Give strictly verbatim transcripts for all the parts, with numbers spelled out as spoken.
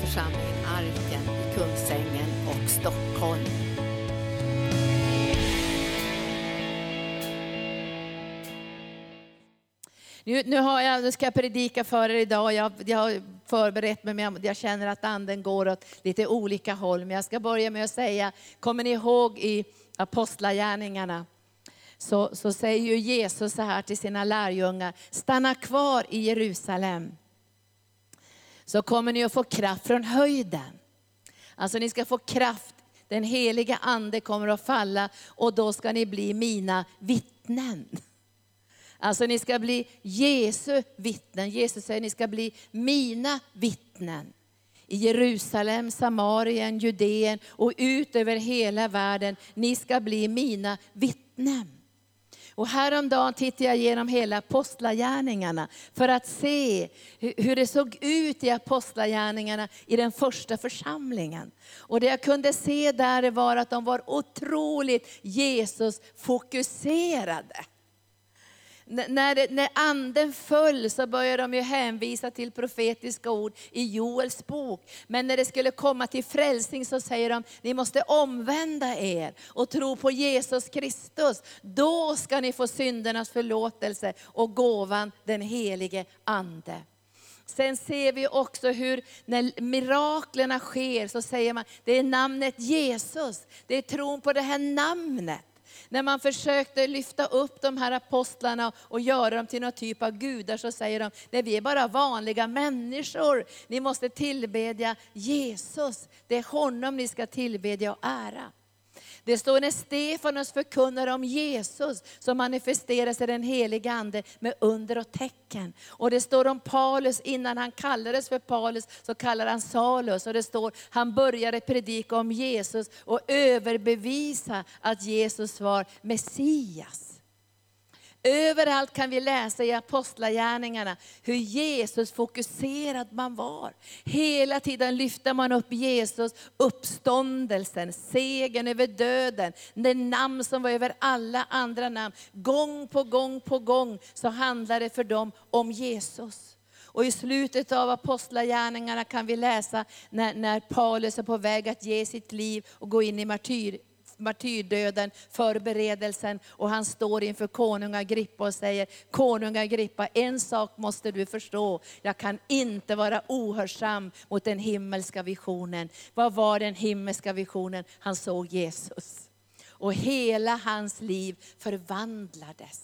församlingen Arken i Kungsängen och Stockholm. Nu, nu, har jag, nu ska jag predika för er idag. Jag, jag har förberett mig, men jag känner att anden går åt lite olika håll. Men jag ska börja med att säga, kommer ni ihåg i Apostlagärningarna? Så, så säger ju Jesus så här till sina lärjungar: stanna kvar i Jerusalem. Så kommer ni att få kraft från höjden. Alltså ni ska få kraft. Den heliga ande kommer att falla och då ska ni bli mina vittnen. Alltså ni ska bli Jesu vittnen. Jesus säger ni ska bli mina vittnen. I Jerusalem, Samarien, Judeen och ut över hela världen. Ni ska bli mina vittnen. Och häromdagen tittade jag igenom hela apostlagärningarna för att se hur det såg ut i apostlagärningarna i den första församlingen. Och det jag kunde se där var att de var otroligt Jesus fokuserade. När, det, när anden föll så började de ju hänvisa till profetiska ord i Joels bok. Men när det skulle komma till frälsning så säger de, ni måste omvända er och tro på Jesus Kristus. Då ska ni få syndernas förlåtelse och gåvan den helige ande. Sen ser vi också hur när miraklerna sker så säger man, det är namnet Jesus. Det är tron på det här namnet. När man försökte lyfta upp de här apostlarna och göra dem till någon typ av gudar så säger de, nej vi är bara vanliga människor. Ni måste tillbedja Jesus. Det är honom ni ska tillbedja och ära. Det står när Stefanus förkunnar om Jesus så manifesterar sig den heliga ande med under och tecken. Och det står om Paulus, innan han kallades för Paulus så kallar han Saulus. Och det står han började predika om Jesus och överbevisa att Jesus var Messias. Överallt kan vi läsa i apostlagärningarna hur Jesus fokuserad man var. Hela tiden lyfter man upp Jesus, uppståndelsen, segern över döden. Den namn som var över alla andra namn. Gång på gång på gång så handlar det för dem om Jesus. Och i slutet av apostlagärningarna kan vi läsa när, när Paulus är på väg att ge sitt liv och gå in i martyr. martyrdöden, förberedelsen, och han står inför konung Agrippa och säger, konung Agrippa, en sak måste du förstå, jag kan inte vara ohörsam mot den himmelska visionen. Vad var den himmelska visionen? Han såg Jesus och hela hans liv förvandlades.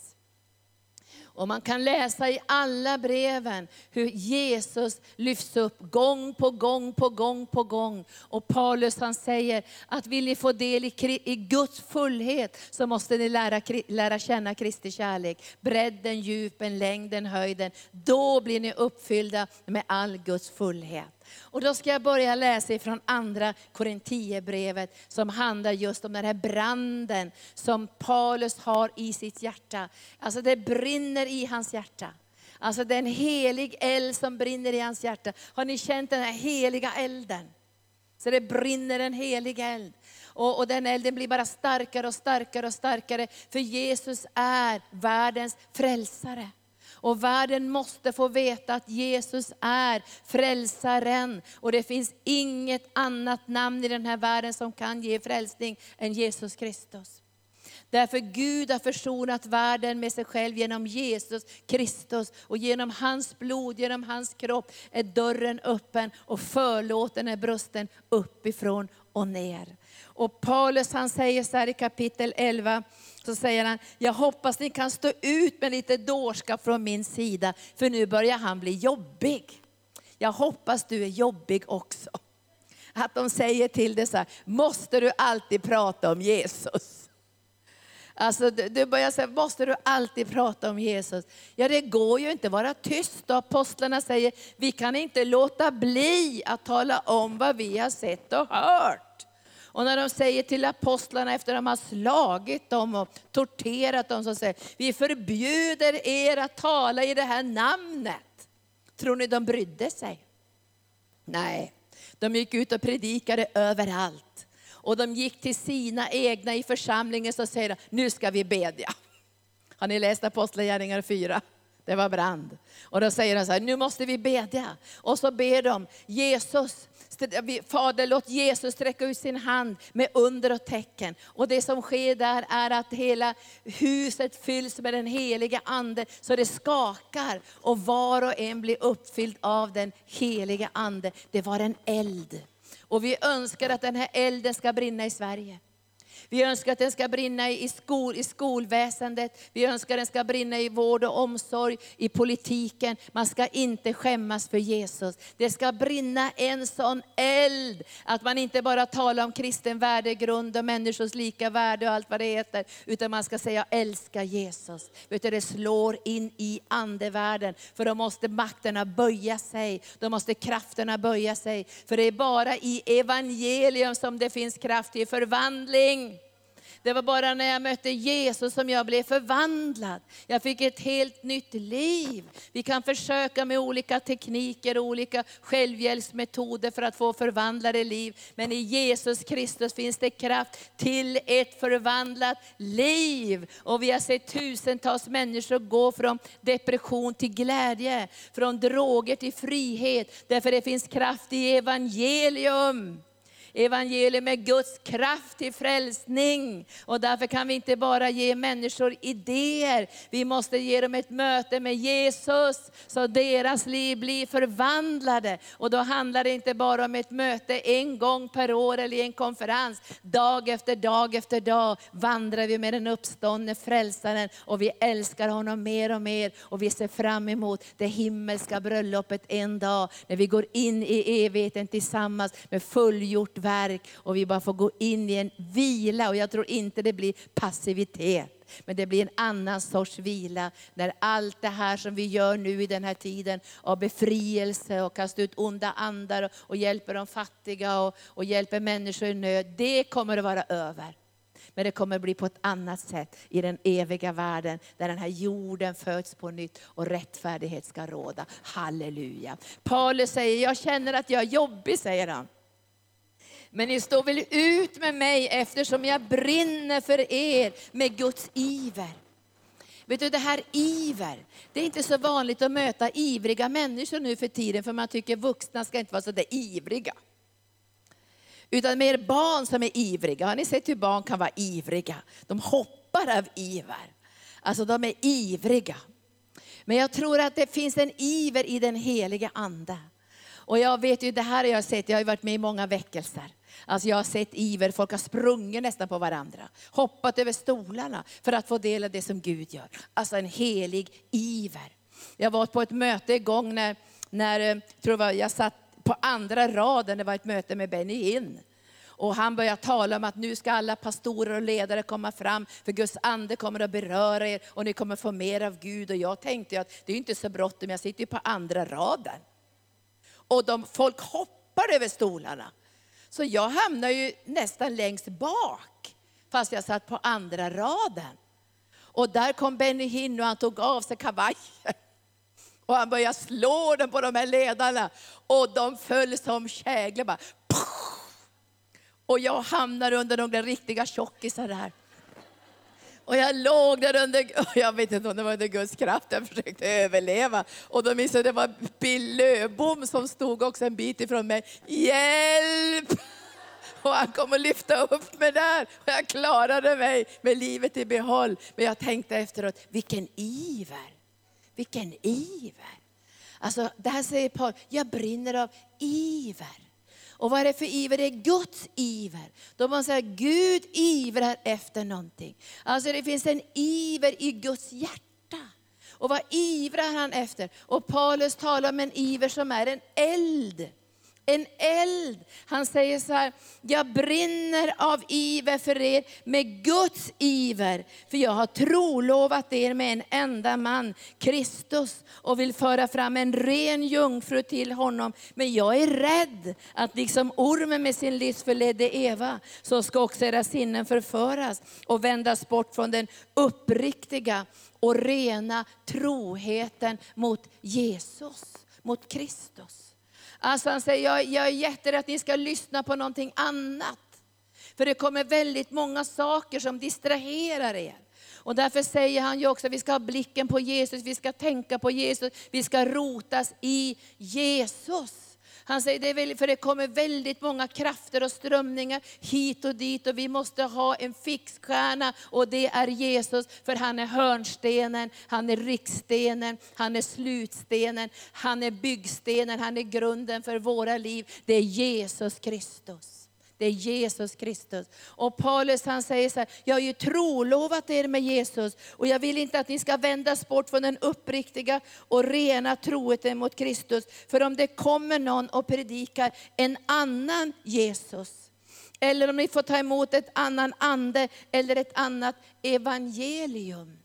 Och man kan läsa i alla breven hur Jesus lyfts upp gång på gång på gång på gång. Och Paulus han säger att vill ni få del i, i Guds fullhet så måste ni lära, lära känna Kristi kärlek. Bredden, djupen, längden, höjden. Då blir ni uppfyllda med all Guds fullhet. Och då ska jag börja läsa ifrån andra Korintierbrevet som handlar just om den här branden som Paulus har i sitt hjärta. Alltså det brinner i hans hjärta. Alltså det är en helig eld som brinner i hans hjärta. Har ni känt den här heliga elden? Så det brinner en helig eld. Och, och den elden blir bara starkare och starkare och starkare. För Jesus är världens frälsare. Och världen måste få veta att Jesus är frälsaren. Och det finns inget annat namn i den här världen som kan ge frälsning än Jesus Kristus. Därför Gud har försonat världen med sig själv genom Jesus Kristus. Och genom hans blod, genom hans kropp är dörren öppen och förlåten är brösten uppifrån och ner. Och Paulus han säger så här i kapitel elva. Så säger han, jag hoppas ni kan stå ut med lite dårskap från min sida. För nu börjar han bli jobbig. Jag hoppas du är jobbig också. Att de säger till dig så här, måste du alltid prata om Jesus? Alltså du börjar säga, måste du alltid prata om Jesus? Ja, det går ju inte att vara tyst. Och apostlarna säger, vi kan inte låta bli att tala om vad vi har sett och hört. Och när de säger till apostlarna efter att de har slagit dem och torterat dem, så säger vi förbjuder er att tala i det här namnet. Tror ni de brydde sig? Nej, de gick ut och predikade överallt. Och de gick till sina egna i församlingen, så säger de, nu ska vi bedja. Har ni läst Apostlagärningarna fyra? Det var brand. Och då säger de så här, nu måste vi bedja. Och så ber de, Jesus, Fader, låt Jesus sträcka ut sin hand med under och tecken. Och det som sker där är att hela huset fylls med den heliga ande. Så det skakar och var och en blir uppfylld av den heliga ande. Det var en eld. Och vi önskar att den här elden ska brinna i Sverige. Vi önskar att den ska brinna i, skol, i skolväsendet. Vi önskar att den ska brinna i vård och omsorg, i politiken. Man ska inte skämmas för Jesus. Det ska brinna en sån eld att man inte bara talar om kristen värdegrund och människors lika värde och allt vad det heter. Utan man ska säga älska Jesus. Vet du, det slår in i andevärlden. För då måste makterna böja sig. Då måste krafterna böja sig. För det är bara i evangelium som det finns kraft till förvandling. Det var bara när jag mötte Jesus som jag blev förvandlad. Jag fick ett helt nytt liv. Vi kan försöka med olika tekniker och olika självhjälpsmetoder för att få förvandlade liv. Men i Jesus Kristus finns det kraft till ett förvandlat liv. Och vi har sett tusentals människor gå från depression till glädje. Från droger till frihet. Därför det finns kraft i evangelium. Evangelium är Guds kraft till frälsning. Och därför kan vi inte bara ge människor idéer. Vi måste ge dem ett möte med Jesus. Så deras liv blir förvandlade. Och då handlar det inte bara om ett möte en gång per år eller en konferens. Dag efter dag efter dag vandrar vi med den uppståndne frälsaren. Och vi älskar honom mer och mer. Och vi ser fram emot det himmelska bröllopet en dag. När vi går in i evigheten tillsammans med fullgjort verk och vi bara får gå in i en vila. Och jag tror inte det blir passivitet, men det blir en annan sorts vila. När allt det här som vi gör nu i den här tiden av befrielse och kasta ut onda andar och, och hjälper de fattiga och, och hjälper människor i nöd, det kommer att vara över. Men det kommer att bli på ett annat sätt i den eviga världen. Där den här jorden föds på nytt och rättfärdighet ska råda. Halleluja. Paulus säger, jag känner att jag är jobbig, säger han. Men ni står väl ut med mig eftersom jag brinner för er med Guds iver. Vet du, det här iver, det är inte så vanligt att möta ivriga människor nu för tiden. För man tycker vuxna ska inte vara så där ivriga. Utan mer barn som är ivriga. Har ni sett hur barn kan vara ivriga? De hoppar av iver. Alltså de är ivriga. Men jag tror att det finns en iver i den heliga ande. Och jag vet ju, det här har jag sett, jag har ju varit med i många väckelser. Alltså jag har sett iver, folk har sprungit nästan på varandra. Hoppat över stolarna för att få del av det som Gud gör. Alltså en helig iver. Jag var på ett möte igång när, när tror jag, jag satt på andra raden, det var ett möte med Benny Hinn. Och han började tala om att nu ska alla pastorer och ledare komma fram. För Guds ande kommer att beröra er och ni kommer få mer av Gud. Och jag tänkte att det är inte så bråttom, jag sitter ju på andra raden. Och de, folk hoppar över stolarna. Så jag hamnar ju nästan längst bak. Fast jag satt på andra raden. Och där kom Benny Hinn och han tog av sig kavajen. Och han började slå den på de här ledarna. Och de föll som käglor bara. Och jag hamnade under några riktiga tjockisar där. Och jag låg där under, jag vet inte om det var under Guds kraft, jag försökte överleva. Och då minns jag det var Bill Löbom som stod också en bit ifrån mig. Hjälp! Och han kom och lyfte upp mig där. Och jag klarade mig med livet i behåll. Men jag tänkte efteråt, vilken iver. Vilken iver. Alltså det här säger Paul, jag brinner av iver. Och vad är det för iver? Det är Guds iver. Då man säger Gud ivrar efter någonting. Alltså det finns en iver i Guds hjärta. Och vad ivrar han efter? Och Paulus talar om en iver som är en eld. En eld. Han säger så här, jag brinner av iver för er med Guds iver. För jag har trolovat er med en enda man, Kristus. Och vill föra fram en ren jungfru till honom. Men jag är rädd att liksom ormen med sin livs förledde Eva. Så ska också era sinnen förföras och vändas bort från den uppriktiga och rena troheten mot Jesus. Mot Kristus. Alltså han säger, jag, jag är jätterädd att ni ska lyssna på någonting annat. För det kommer väldigt många saker som distraherar er. Och därför säger han ju också att vi ska ha blicken på Jesus, vi ska tänka på Jesus, vi ska rotas i Jesus. Han säger det är väl, för det kommer väldigt många krafter och strömningar hit och dit, och vi måste ha en fixstjärna, och det är Jesus, för han är hörnstenen, han är riktstenen, han är slutstenen, han är byggstenen, han är grunden för våra liv. Det är Jesus Kristus. Det är Jesus Kristus. Och Paulus han säger så här: jag har ju trolovat er med Jesus, och jag vill inte att ni ska vändas bort från den uppriktiga och rena troheten mot Kristus. För om det kommer någon och predikar en annan Jesus, eller om ni får ta emot ett annan ande eller ett annat evangelium.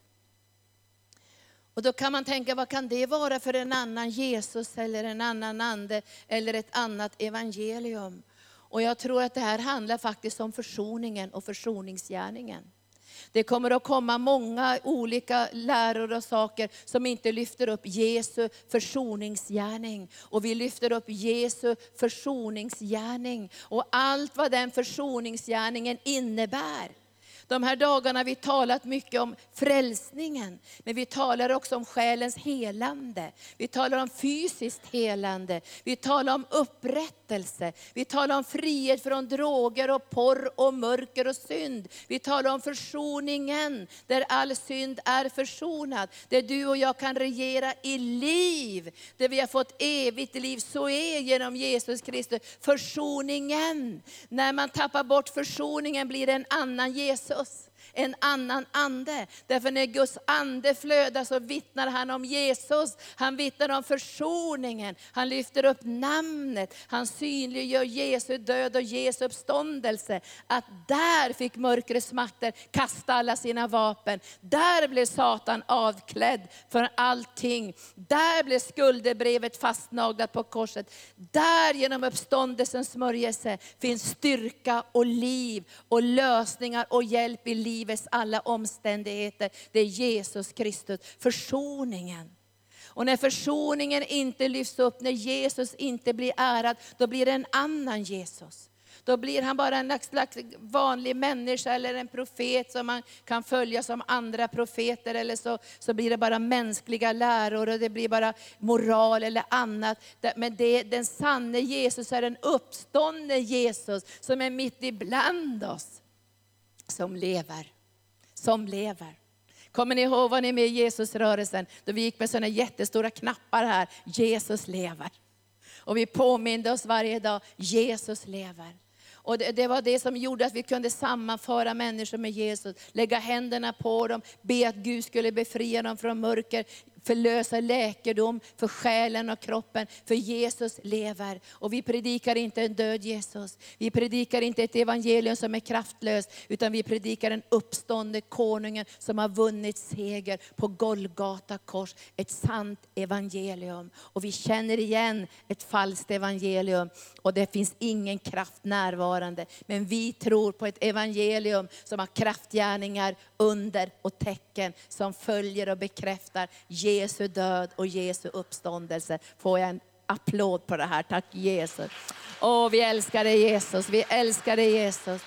Och då kan man tänka, vad kan det vara för en annan Jesus eller en annan ande eller ett annat evangelium? Och jag tror att det här handlar faktiskt om försoningen och försoningsgärningen. Det kommer att komma många olika läror och saker som inte lyfter upp Jesu försoningsgärning. Och vi lyfter upp Jesu försoningsgärning och allt vad den försoningsgärningen innebär. De här dagarna har vi talat mycket om frälsningen, men vi talar också om själens helande. Vi talar om fysiskt helande, vi talar om upprättelse, vi talar om frihet från droger och porr och mörker och synd. Vi talar om försoningen, där all synd är försonad. Där du och jag kan regera i liv, där vi har fått evigt liv. Så är genom Jesus Kristus försoningen. När man tappar bort försoningen blir det en annan Jesus. En annan ande. Därför när Guds ande flödar så vittnar han om Jesus. Han vittnar om försoningen. Han lyfter upp namnet. Han synliggör Jesu död och Jesu uppståndelse. Att där fick mörkrets makter kasta alla sina vapen. Där blev Satan avklädd för allting. Där blev skuldebrevet fastnaglat på korset. Där genom uppståndelsens smörjelse finns styrka och liv och lösningar och hjälp i livet. Livets alla omständigheter. Det är Jesus Kristus, försoningen. Och när försoningen inte lyfts upp, när Jesus inte blir ärad, då blir det en annan Jesus. Då blir han bara en slags vanlig människa eller en profet som man kan följa som andra profeter. Eller så, så blir det bara mänskliga läror och det blir bara moral eller annat. Men det, den sanne Jesus är en uppståndne Jesus som är mitt ibland oss. Som lever, som lever. Kommer ni ihåg vad ni är med i Jesusrörelsen? Då vi gick med sådana jättestora knappar här. Jesus lever. Och vi påminde oss varje dag, Jesus lever. Och det, det var det som gjorde att vi kunde sammanföra människor med Jesus. Lägga händerna på dem, be att Gud skulle befria dem från mörker. Förlösa läkedom för själen och kroppen. För Jesus lever. Och vi predikar inte en död Jesus. Vi predikar inte ett evangelium som är kraftlöst. Utan vi predikar en uppstående konungen som har vunnit seger på Golgata kors. Ett sant evangelium. Och vi känner igen ett falskt evangelium. Och det finns ingen kraft närvarande. Men vi tror på ett evangelium som har kraftgärningar, under och tecken. Som följer och bekräftar Jesu död och Jesu uppståndelse. Får jag en applåd på det här? Tack Jesus. Åh, vi älskar dig Jesus. Vi älskar dig Jesus.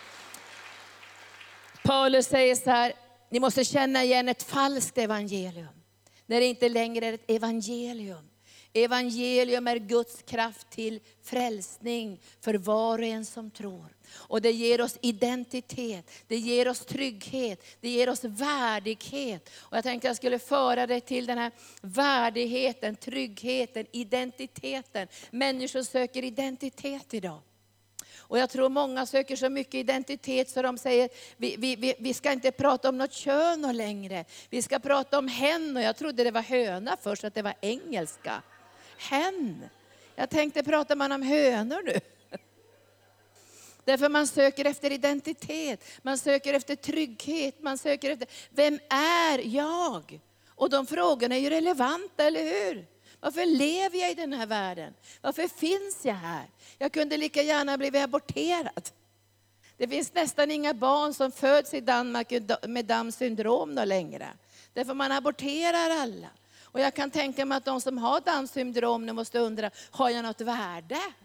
Paulus säger så här: ni måste känna igen ett falskt evangelium. När det inte längre är ett evangelium. Evangelium är Guds kraft till frälsning för var och en som tror. Och det ger oss identitet, det ger oss trygghet, det ger oss värdighet. Och jag tänkte jag skulle föra det till den här värdigheten, tryggheten, identiteten. Människor söker identitet idag. Och jag tror många söker så mycket identitet så de säger, vi, vi, vi, vi ska inte prata om något kön längre. Vi ska prata om hen, och jag trodde det var höna först, att det var engelska. Hen. Jag tänkte, pratar man om hönor nu? Därför man söker efter identitet, man söker efter trygghet, man söker efter, vem är jag? Och de frågorna är ju relevanta, eller hur? Varför lever jag i den här världen? Varför finns jag här? Jag kunde lika gärna bli aborterad. Det finns nästan inga barn som föds i Danmark med Downs syndrom längre. Därför man aborterar alla. Och jag kan tänka mig att de som har Downs syndrom nu måste undra, har jag något värde?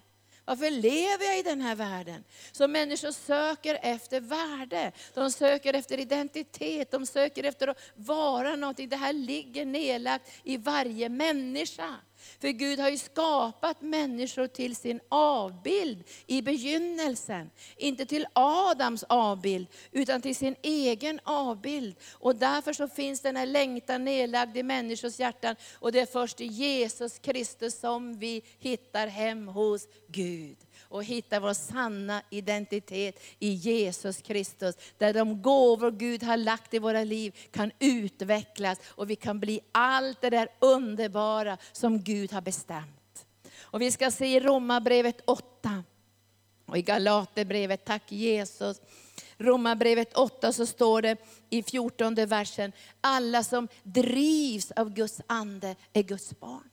Varför lever jag i den här världen? Så människor söker efter värde. De söker efter identitet. De söker efter att vara någonting. Det här ligger nedlagt i varje människa. För Gud har ju skapat människor till sin avbild i begynnelsen. Inte till Adams avbild, utan till sin egen avbild. Och därför så finns den här längtan nedlagd i människors hjärtan. Och det är först i Jesus Kristus som vi hittar hem hos Gud. Och hittar vår sanna identitet i Jesus Kristus. Där de gåvor Gud har lagt i våra liv kan utvecklas. Och vi kan bli allt det där underbara som Gud har bestämt. Och vi ska se i Romarbrevet åtta. Och i Galaterbrevet, tack Jesus. Romarbrevet åtta så står det i fjortonde versen. Alla som drivs av Guds ande är Guds barn.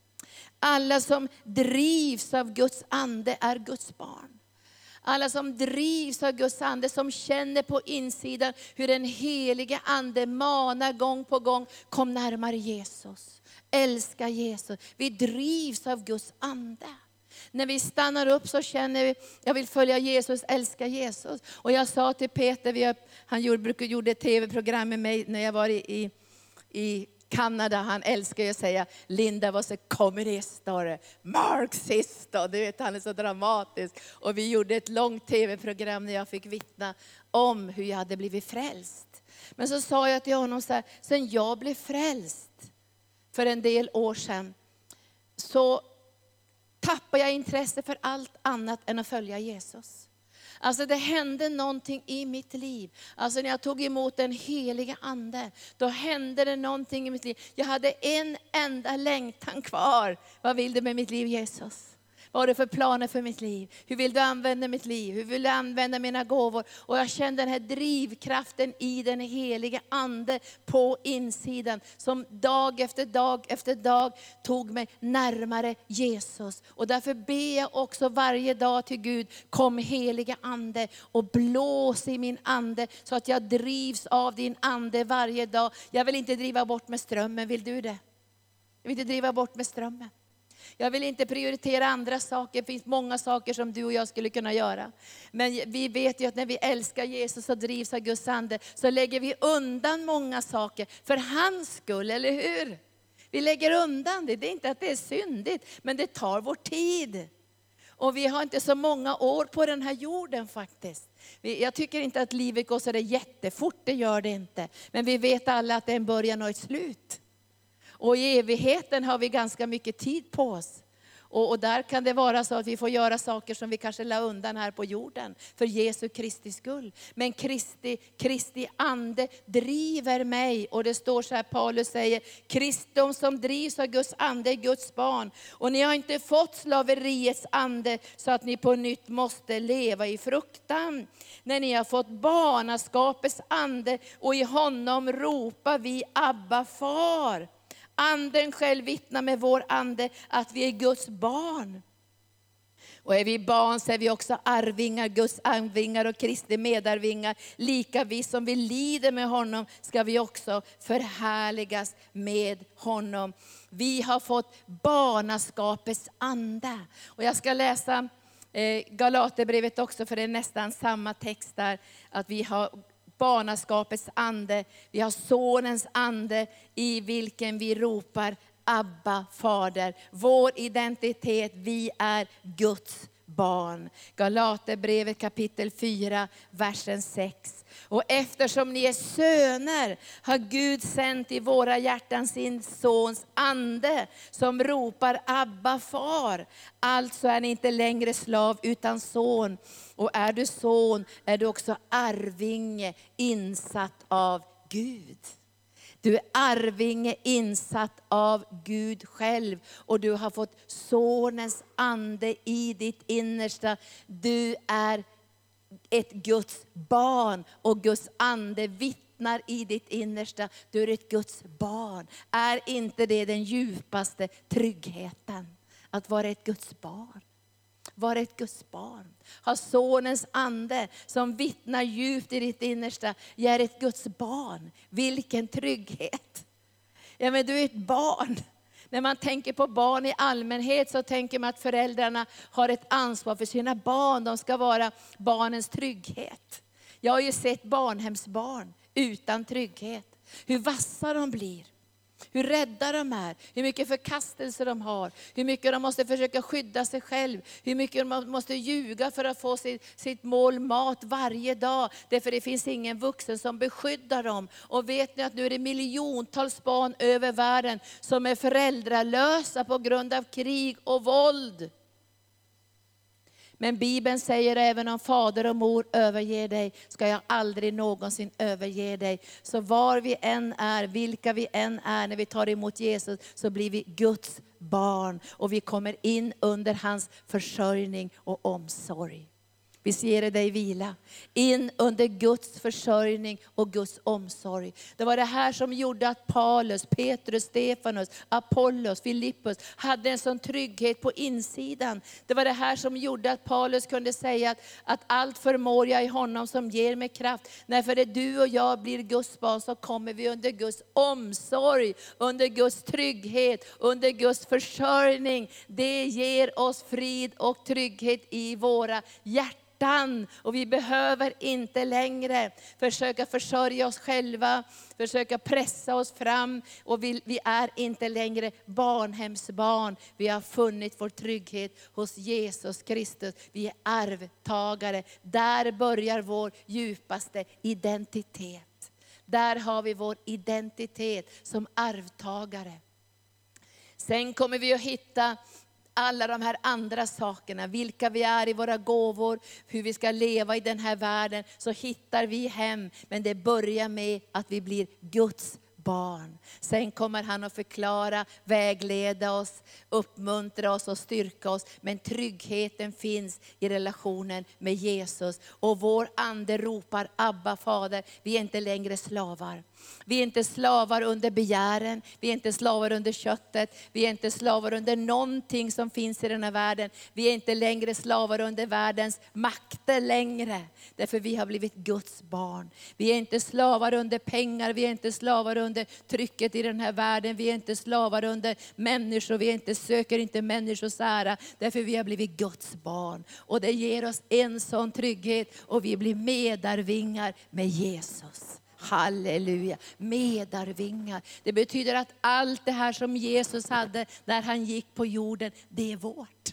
Alla som drivs av Guds ande är Guds barn. Alla som drivs av Guds ande, som känner på insidan hur den helige ande manar gång på gång. Kom närmare Jesus. Älska Jesus. Vi drivs av Guds ande. När vi stannar upp så känner vi, jag vill följa Jesus, älska Jesus. Och jag sa till Peter, vi har, han gjorde, gjorde ett tv-program med mig när jag var i, i, i Kanada. Han älskar ju att säga, Linda var så kommunist och marxist. Och du vet, han är så dramatisk. Och vi gjorde ett långt tv-program när jag fick vittna om hur jag hade blivit frälst. Men så sa jag till honom så här, sen jag blev frälst för en del år sedan, så tappar jag intresse för allt annat än att följa Jesus. Alltså det hände någonting i mitt liv. Alltså när jag tog emot den heliga ande, då hände det någonting i mitt liv. Jag hade en enda längtan kvar. Vad vill du med mitt liv, Jesus? Vad har du för planer för mitt liv? Hur vill du använda mitt liv? Hur vill du använda mina gåvor? Och jag kände den här drivkraften i den heliga ande på insidan. Som dag efter dag efter dag tog mig närmare Jesus. Och därför ber jag också varje dag till Gud, kom heliga ande och blås i min ande. Så att jag drivs av din ande varje dag. Jag vill inte driva bort med strömmen, vill du det? Jag vill inte driva bort med strömmen. Jag vill inte prioritera andra saker. Det finns många saker som du och jag skulle kunna göra. Men vi vet ju att när vi älskar Jesus och drivs av Guds ande, så lägger vi undan många saker för hans skull, eller hur? Vi lägger undan det. Det är inte att det är syndigt, men det tar vår tid. Och vi har inte så många år på den här jorden faktiskt. Jag tycker inte att livet går så där jättefort, det gör det inte. Men vi vet alla att det är en början och ett slut. Och i evigheten har vi ganska mycket tid på oss. Och, och där kan det vara så att vi får göra saker som vi kanske la undan här på jorden. För Jesu Kristi skull. Men Kristi, Kristi ande driver mig. Och det står så här, Paulus säger, Kristum som drivs av Guds ande är Guds barn. Och ni har inte fått slaveriets ande så att ni på nytt måste leva i fruktan. När ni har fått barnaskapets ande och i honom ropar vi Abba far. Anden själv vittnar med vår ande att vi är Guds barn. Och är vi barn så är vi också arvingar, Guds arvingar och Kristi medarvingar. Lika vi som vi lider med honom ska vi också förhärligas med honom. Vi har fått barnaskapets ande. Och jag ska läsa eh, Galaterbrevet också, för det är nästan samma text där. Att vi har barnaskapets ande, vi har sonens ande i vilken vi ropar Abba fader. Vår identitet, vi är Guds barn. Galaterbrevet kapitel fyra, versen sex. Och eftersom ni är söner har Gud sänt i våra hjärtan sin sons ande som ropar Abba far. Alltså är ni inte längre slav utan son. Och är du son är du också arvinge insatt av Gud. Du är arvinge insatt av Gud själv. Och du har fått sonens ande i ditt innersta. Du är ett Guds barn. Och Guds ande vittnar i ditt innersta. Du är ett Guds barn. Är inte det den djupaste tryggheten? Att vara ett Guds barn. Vara ett Guds barn. Ha sonens ande som vittnar djupt i ditt innersta. Jag är ett Guds barn. Vilken trygghet. Ja, men du är ett barn. När man tänker på barn i allmänhet så tänker man att föräldrarna har ett ansvar för sina barn. De ska vara barnens trygghet. Jag har ju sett barnhemsbarn utan trygghet. Hur vassa de blir. Hur rädda de är, hur mycket förkastelse de har, hur mycket de måste försöka skydda sig själv, hur mycket de måste ljuga för att få sitt, sitt mål mat varje dag. Därför det finns ingen vuxen som beskyddar dem. Och vet ni att nu är det miljontals barn över världen som är föräldralösa på grund av krig och våld. Men Bibeln säger även om fader och mor överger dig, ska jag aldrig någonsin överge dig. Så var vi än är, vilka vi än är, när vi tar emot Jesus, så blir vi Guds barn. Och vi kommer in under hans försörjning och omsorg. Vi ser dig vila. In under Guds försörjning och Guds omsorg. Det var det här som gjorde att Paulus, Petrus, Stefanus, Apollos, Filippus hade en sån trygghet på insidan. Det var det här som gjorde att Paulus kunde säga att, att allt förmår jag i honom som ger mig kraft. När för det du och jag blir Guds barn så kommer vi under Guds omsorg, under Guds trygghet, under Guds försörjning. Det ger oss frid och trygghet i våra hjärtan. Och vi behöver inte längre försöka försörja oss själva, försöka pressa oss fram. Och vi, vi är inte längre barnhemsbarn. Vi har funnit vår trygghet hos Jesus Kristus. Vi är arvtagare. Där börjar vår djupaste identitet. Där har vi vår identitet som arvtagare. Sen kommer vi att hitta alla de här andra sakerna, vilka vi är i våra gåvor, hur vi ska leva i den här världen, så hittar vi hem. Men det börjar med att vi blir Guds barn. Sen kommer han att förklara, vägleda oss, uppmuntra oss och styrka oss. Men tryggheten finns i relationen med Jesus. Och vår ande ropar, Abba Fader, vi är inte längre slavar. Vi är inte slavar under begären, vi är inte slavar under köttet, vi är inte slavar under någonting som finns i den här världen. Vi är inte längre slavar under världens makter längre, därför vi har blivit Guds barn. Vi är inte slavar under pengar, vi är inte slavar under trycket i den här världen, vi är inte slavar under människor, vi är inte, söker inte människors ära, därför vi har blivit Guds barn. Och det ger oss en sån trygghet och vi blir medarvingar med Jesus. Halleluja, medarvingar. Det betyder att allt det här som Jesus hade när han gick på jorden, det är vårt.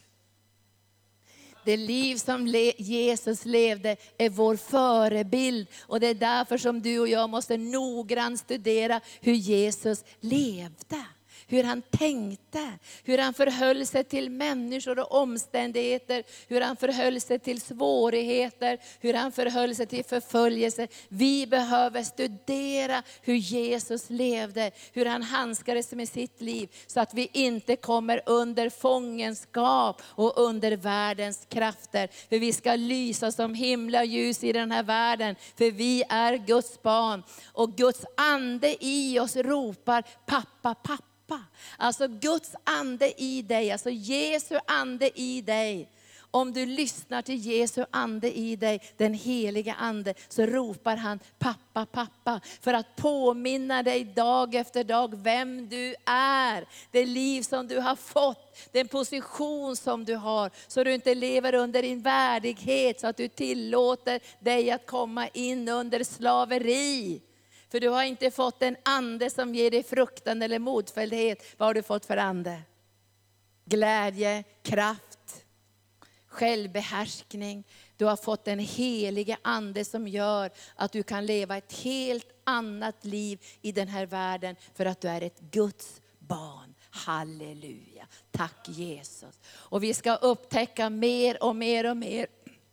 Det liv som Jesus levde är vår förebild. Och det är därför som du och jag måste noggrant studera hur Jesus levde. Hur han tänkte, hur han förhöll sig till människor och omständigheter, hur han förhöll sig till svårigheter, hur han förhöll sig till förföljelse. Vi behöver studera hur Jesus levde, hur han handskades med sitt liv, så att vi inte kommer under fångenskap och under världens krafter. För vi ska lysa som himla ljus i den här världen, för vi är Guds barn. Och Guds ande i oss ropar, pappa, pappa. Alltså Guds ande i dig, alltså Jesu ande i dig. Om du lyssnar till Jesu ande i dig, den heliga ande, så ropar han pappa, pappa. För att påminna dig dag efter dag vem du är. Det liv som du har fått, den position som du har. Så du inte lever under din värdighet, så att du tillåter dig att komma in under slaveri. För du har inte fått en ande som ger dig fruktan eller modfälldhet. Vad har du fått för ande? Glädje, kraft, självbehärskning. Du har fått en helig ande som gör att du kan leva ett helt annat liv i den här världen. För att du är ett Guds barn. Halleluja. Tack Jesus. Och vi ska upptäcka mer och mer och mer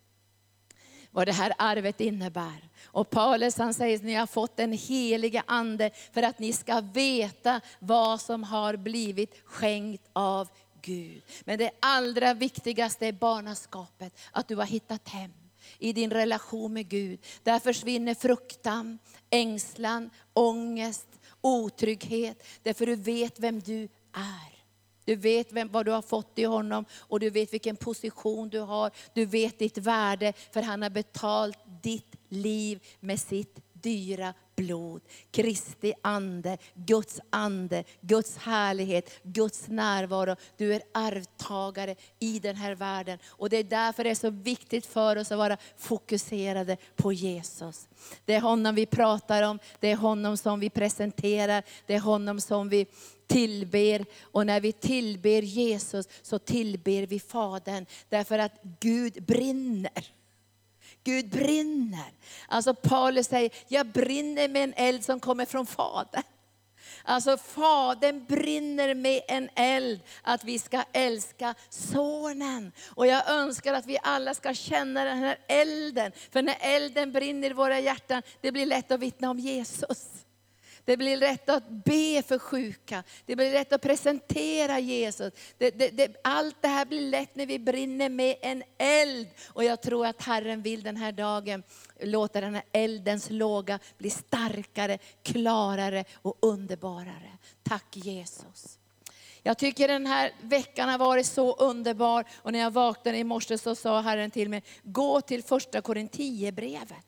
vad det här arvet innebär. Och Paulus han säger att ni har fått en helig ande för att ni ska veta vad som har blivit skänkt av Gud. Men det allra viktigaste är barnaskapet, att du har hittat hem i din relation med Gud. Där försvinner fruktan, ängslan, ångest, otrygghet. Därför du vet vem du är. Du vet vem, vad du har fått i honom och du vet vilken position du har. Du vet ditt värde, för han har betalt ditt liv med sitt dyra blod. blod, Kristi ande, Guds ande, Guds härlighet, Guds närvaro. Du är arvtagare i den här världen. Och det är därför det är så viktigt för oss att vara fokuserade på Jesus. Det är honom vi pratar om, det är honom som vi presenterar, det är honom som vi tillber. Och när vi tillber Jesus så tillber vi Fadern. Därför att Gud brinner. Gud brinner. Alltså Paulus säger, jag brinner med en eld som kommer från Fadern. Alltså Fadern brinner med en eld att vi ska älska sonen. Och jag önskar att vi alla ska känna den här elden. För när elden brinner i våra hjärtan, det blir lätt att vittna om Jesus. Det blir lätt att be för sjuka. Det blir lätt att presentera Jesus. Det, det, det, allt det här blir lätt när vi brinner med en eld. Och jag tror att Herren vill den här dagen låta den här eldens låga bli starkare, klarare och underbarare. Tack Jesus. Jag tycker den här veckan har varit så underbar. Och när jag vaknade i morse så sa Herren till mig, gå till första Korintierbrevet.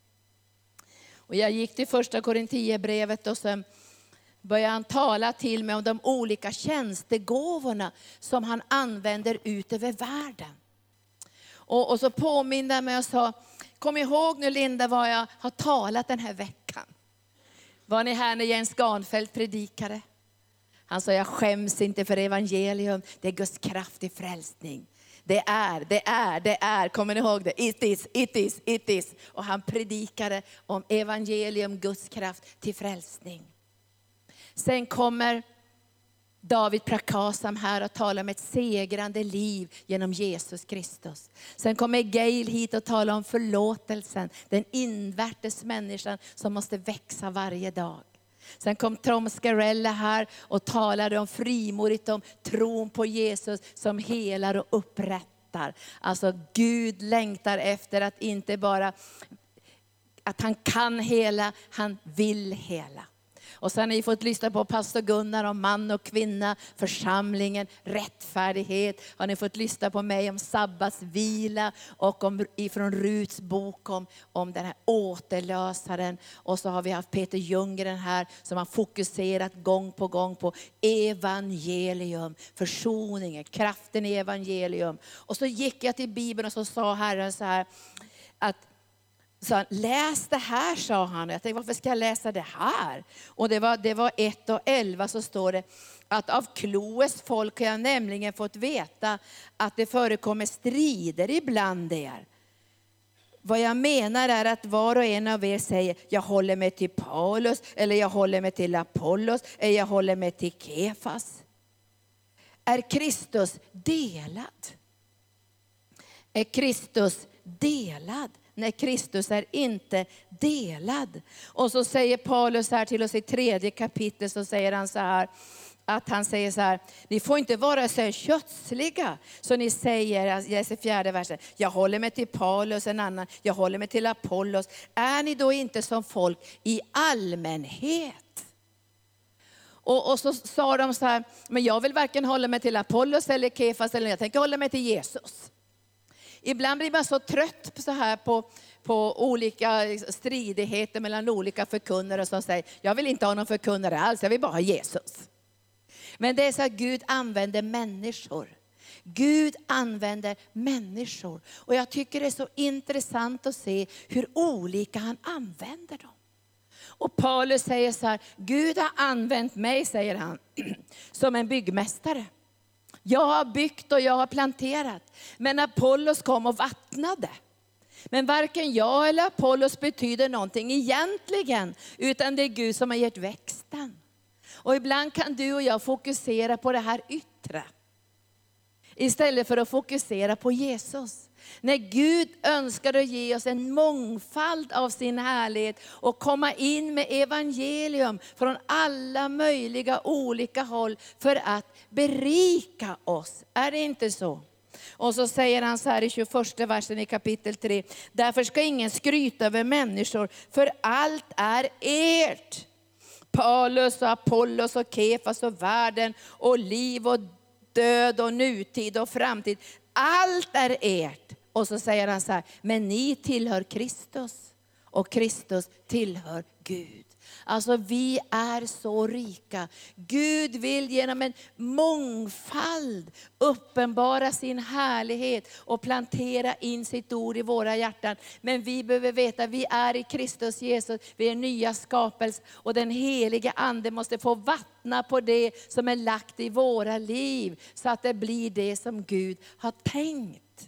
Och jag gick till första Korintierbrevet och sen började han tala till mig om de olika tjänstegåvorna som han använder ut över världen. Och, och så påminde jag mig och sa, kom ihåg nu Linda vad jag har talat den här veckan. Var ni här när Jens Garnfeldt predikade? Han sa, jag skäms inte för evangelium, det är Guds kraft i frälsning. Det är, det är, det är. Kommer ni ihåg det? It is, it is, it is. Och han predikade om evangelium, Guds kraft till frälsning. Sen kommer David Prakasam här och talar om ett segrande liv genom Jesus Kristus. Sen kommer Gail hit och talar om förlåtelsen. Den invärtes människan som måste växa varje dag. Sen kom Tom Scarella här och talade om frimodigt om tron på Jesus som helar och upprättar. Alltså Gud längtar efter att inte bara att han kan hela, han vill hela. Och sen har ni fått lyssna på pastor Gunnar om man och kvinna, församlingen, rättfärdighet. Har ni fått lyssna på mig om sabbatsvila och om, ifrån Ruts bok om, om den här återlösaren. Och så har vi haft Peter Ljunggren här som har fokuserat gång på gång på evangelium, försoningen, kraften i evangelium. Och så gick jag till Bibeln och så sa Herren så här att så han, läs det här, sa han. Jag tänkte, varför ska jag läsa det här? Och det var, det var ett och elva, så står det att av Kloes folk har jag nämligen fått veta att det förekommer strider ibland er. Vad jag menar är att var och en av er säger, jag håller mig till Paulus, eller jag håller mig till Apollos, eller jag håller mig till Kefas. Är Kristus delad? Är Kristus delad? När Kristus är inte delad. Och så säger Paulus här till oss i tredje kapitlet, så säger han så här, att han säger så här, ni får inte vara så kötsliga. Så ni säger, jag läser fjärde versen, jag håller mig till Paulus, en annan, jag håller mig till Apollos. Är ni då inte som folk i allmänhet? Och, och så sa de så här, men jag vill varken hålla mig till Apollos eller Kefas, eller jag tänker hålla mig till Jesus. Ibland blir man så trött så här på, på olika stridigheter mellan olika förkunnare som säger, jag vill inte ha någon förkunnare alls, jag vill bara ha Jesus. Men det är så att Gud använder människor. Gud använder människor. Och jag tycker det är så intressant att se hur olika han använder dem. Och Paulus säger så här, Gud har använt mig, säger han, som en byggmästare. Jag har byggt och jag har planterat. Men Apollos kom och vattnade. Men varken jag eller Apollos betyder någonting egentligen. Utan det är Gud som har gett växten. Och ibland kan du och jag fokusera på det här yttre. Istället för att fokusera på Jesus. När Gud önskar att ge oss en mångfald av sin härlighet och komma in med evangelium från alla möjliga olika håll för att berika oss. Är det inte så? Och så säger han så här i tjugoförsta versen i kapitel tre. Därför ska ingen skryta över människor, för allt är ert. Paulus och Apollos och Kefas och världen och liv och död och nutid och framtid. Allt är ert. Och så säger han så här, men ni tillhör Kristus och Kristus tillhör Gud. Alltså vi är så rika. Gud vill genom en mångfald uppenbara sin härlighet och plantera in sitt ord i våra hjärtan. Men vi behöver veta att vi är i Kristus Jesus, vi är nya skapelser och den heliga ande måste få vattna på det som är lagt i våra liv så att det blir det som Gud har tänkt.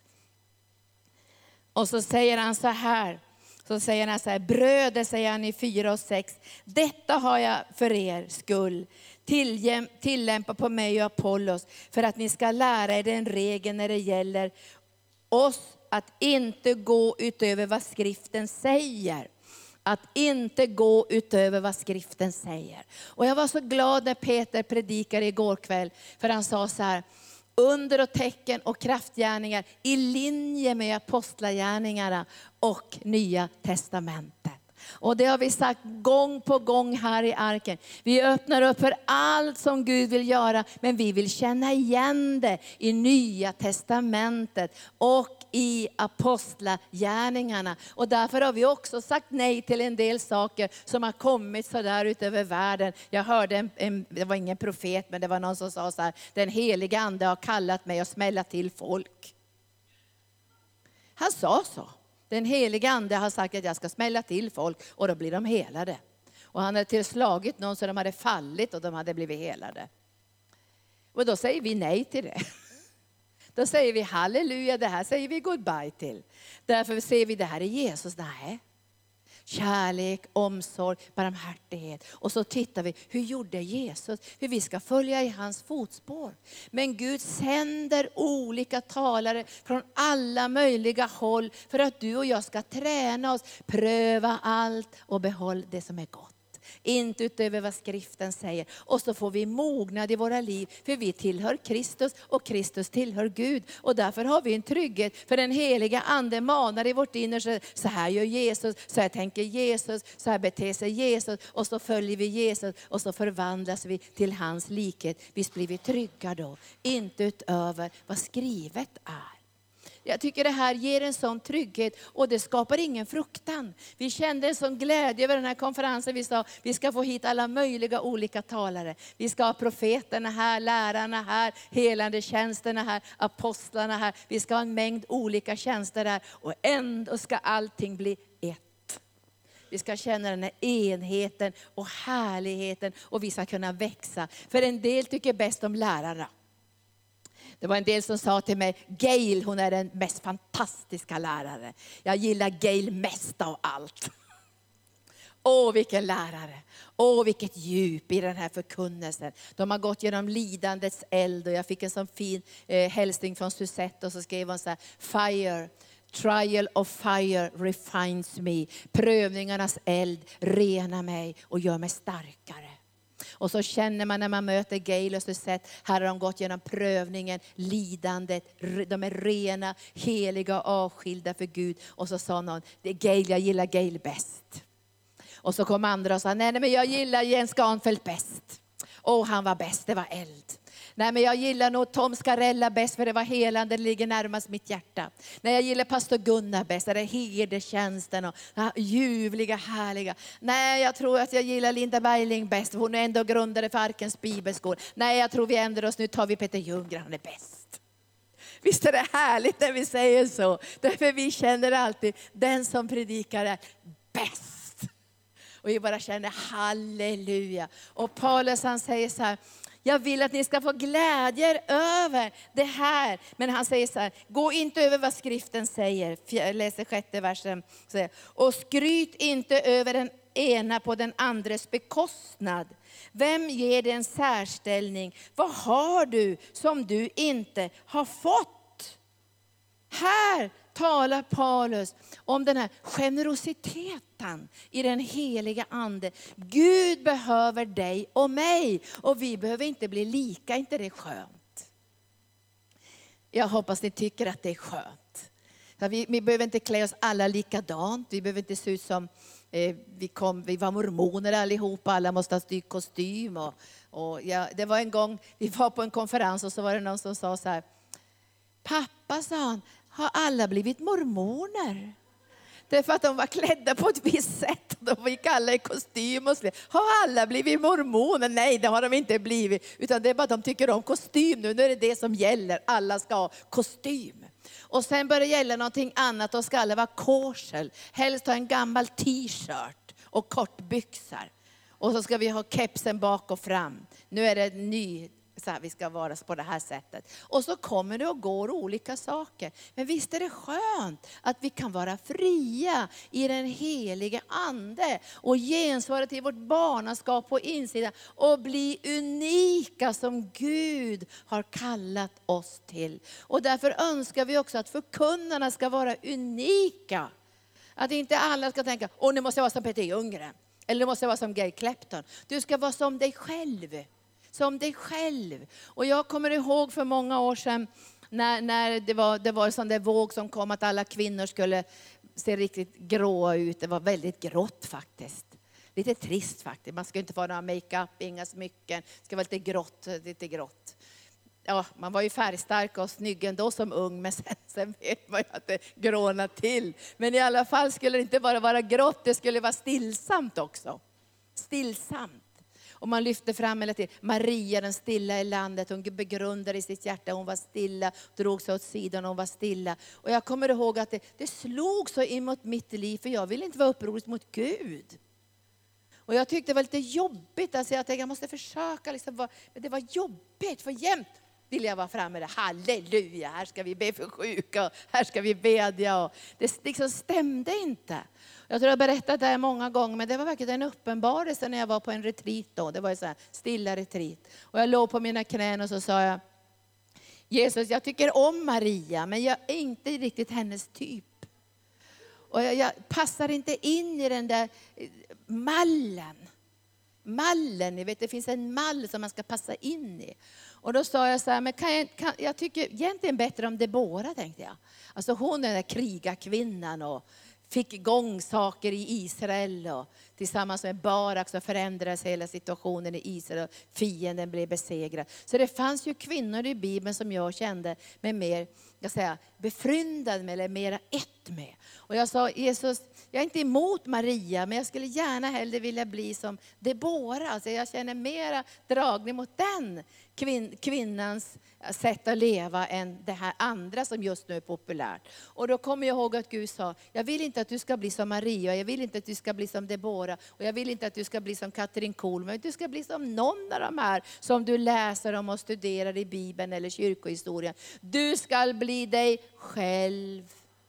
Och så säger han så här. Så säger han så här, bröder, säger han i fyra och sex. Detta har jag för er skull tillämpa på mig och Apollos. För att ni ska lära er den regeln när det gäller oss. Att inte gå utöver vad skriften säger. Att inte gå utöver vad skriften säger. Och jag var så glad när Peter predikade igår kväll. För han sa så här. Under och tecken och kraftgärningar i linje med apostlagärningarna och Nya testamentet. Och det har vi sagt gång på gång här i arken. Vi öppnar upp för allt som Gud vill göra. Men vi vill känna igen det i Nya testamentet och i apostlagärningarna. Och därför har vi också sagt nej till en del saker som har kommit så där utöver världen. Jag hörde, en, en, det var ingen profet men det var någon som sa så här. Den heliga ande har kallat mig att smälla till folk. Han sa så. Den heliga ande har sagt att jag ska smälla till folk och då blir de helade. Och han hade tillslagit någon så de hade fallit och de hade blivit helade. Och då säger vi nej till det. Då säger vi halleluja, det här säger vi goodbye till. Därför ser vi det här i Jesus, nej. Kärlek, omsorg, barmhärtighet. Och så tittar vi, hur gjorde Jesus? Hur vi ska följa i hans fotspår. Men Gud sänder olika talare från alla möjliga håll. För att du och jag ska träna oss. Pröva allt och behåll det som är gott. Inte utöver vad skriften säger. Och så får vi mognad i våra liv. För vi tillhör Kristus och Kristus tillhör Gud. Och därför har vi en trygghet. För den heliga ande manar i vårt innersta. Så här gör Jesus, så här tänker Jesus, så här beter sig Jesus. Och så följer vi Jesus och så förvandlas vi till hans likhet. Visst blir vi trygga då. Inte utöver vad skrivet är. Jag tycker det här ger en sån trygghet och det skapar ingen fruktan. Vi kände en sån glädje över den här konferensen. Vi sa vi ska få hit alla möjliga olika talare. Vi ska ha profeterna här, lärarna här, helande tjänsterna här, apostlarna här. Vi ska ha en mängd olika tjänster där och ändå ska allting bli ett. Vi ska känna den här enheten och härligheten och vi ska kunna växa. För en del tycker bäst om lärarna. Det var en del som sa till mig, Gail, hon är den mest fantastiska lärare. Jag gillar Gail mest av allt. Åh, vilken lärare. Åh, vilket djup i den här förkunnelsen. De har gått genom lidandets eld och jag fick en sån fin eh, hälsning från Susette och så skrev hon så här, fire. Trial of fire refines me. Prövningarnas eld renar mig och gör mig starkare. Och så känner man när man möter Gail och så sett, här har de gått genom prövningen, lidandet, de är rena, heliga och avskilda för Gud. Och så sa någon, det är Gail, jag gillar Gail bäst. Och så kom andra och sa, nej, nej men jag gillar Jens Garnfeldt bäst. Åh, han var bäst, det var eld. Nej, men jag gillar nog Tom Scarella bäst för det var helande, det ligger närmast mitt hjärta. Nej, jag gillar pastor Gunnar bäst, det är herdetjänsten och ljuvliga, härliga. Nej, jag tror att jag gillar Linda Bergling bäst, hon är ändå grundare för Arkens bibelskola. Nej, jag tror vi ändrar oss, nu tar vi Peter Ljunggren, han är bäst. Visst är det härligt när vi säger så, därför vi känner alltid, den som predikar är bäst. Och vi bara känner halleluja. Och Paulus han säger så här, jag vill att ni ska få glädjer över det här. Men han säger så här, gå inte över vad skriften säger. Jag läser sjätte versen. Och skryt inte över den ena på den andres bekostnad. Vem ger dig en särställning? Vad har du som du inte har fått? Här talar Paulus om den här generositeten i den heliga ande. Gud behöver dig och mig och vi behöver inte bli lika, inte det är skönt? Jag hoppas ni tycker att det är skönt. Vi, vi behöver inte klä oss alla likadant, vi behöver inte se ut som eh, vi, kom, vi var mormoner allihopa, alla måste ha styr kostym. Och, och ja, det var en gång, vi var på en konferens och så var det någon som sa så här, pappa sa han, har alla blivit mormoner? Det är för att de var klädda på ett visst sätt. De fick alla i kostym och så. Har alla blivit mormoner? Nej, det har de inte blivit. Utan det är bara att de tycker om kostym nu. Nu är det det som gäller. Alla ska ha kostym. Och sen börjar det gälla någonting annat. Då ska alla vara kosher. Helst ha en gammal t-shirt och kortbyxor. Och så ska vi ha kepsen bak och fram. Nu är det ny, så här, vi ska vara på det här sättet. Och så kommer det och går olika saker. Men visst är det skönt att vi kan vara fria i den heliga ande. Och gensvara till vårt barnaskap på insidan. Och bli unika som Gud har kallat oss till. Och därför önskar vi också att förkunnarna ska vara unika. Att inte alla ska tänka, åh nu måste jag vara som Peter Ljunggren. Eller du måste vara som Gary Clapton. Du ska vara som dig själv. Som dig själv. Och jag kommer ihåg för många år sedan. När, när det var, det var en sån där våg som kom. Att alla kvinnor skulle se riktigt gråa ut. Det var väldigt grått faktiskt. Lite trist faktiskt. Man ska inte få några makeup, inga smycken. Det ska vara lite grått. Lite grått. Ja, man var ju färgstark och snygg ändå som ung. Men sen, sen vet man ju att det grånar till. Men i alla fall skulle det inte bara vara grått. Det skulle vara stillsamt också. Stillsamt. Och man lyfte fram hela tiden. Maria, den stilla i landet. Hon begrundade i sitt hjärta. Hon var stilla. Drog sig åt sidan och hon var stilla. Och jag kommer ihåg att det, det slog så emot mitt liv. För jag ville inte vara upprorisk mot Gud. Och jag tyckte det var lite jobbigt. Alltså jag tänkte jag måste försöka. Liksom vara, men det var jobbigt. För jämt vill jag vara framme där. Halleluja, här ska vi be för sjuka. Här ska vi bedja. Och det liksom stämde inte. Jag tror jag har berättat det här många gånger. Men det var verkligen en uppenbarelse när jag var på en retreat då. Det var en sån här stilla retreat. Och jag låg på mina knän och så sa jag. Jesus, jag tycker om Maria. Men jag är inte riktigt hennes typ. Och jag, jag passar inte in i den där mallen. Mallen, ni vet det finns en mall som man ska passa in i. Och då sa jag så här, men kan jag, kan, jag tycker egentligen bättre om Debora, tänkte jag. Alltså hon är den där krigarkvinnan och fick igång saker i Israel. Och tillsammans med Barak så förändrades hela situationen i Israel och fienden blev besegrad. Så det fanns ju kvinnor i Bibeln som jag kände med mer, jag säga, befryndad med eller mera ett med. Och jag sa, Jesus, jag är inte emot Maria, men jag skulle gärna hellre vilja bli som Debora. Alltså jag känner mera dragning mot den kvin- kvinnans sätt att leva än det här andra som just nu är populärt. Och då kommer jag ihåg att Gud sa, jag vill inte att du ska bli som Maria, jag vill inte att du ska bli som Debora, och jag vill inte att du ska bli som Katrin Kohlman, men du ska bli som någon av de här som du läser om och studerar i Bibeln eller kyrkohistorien. Du ska bli dig själv.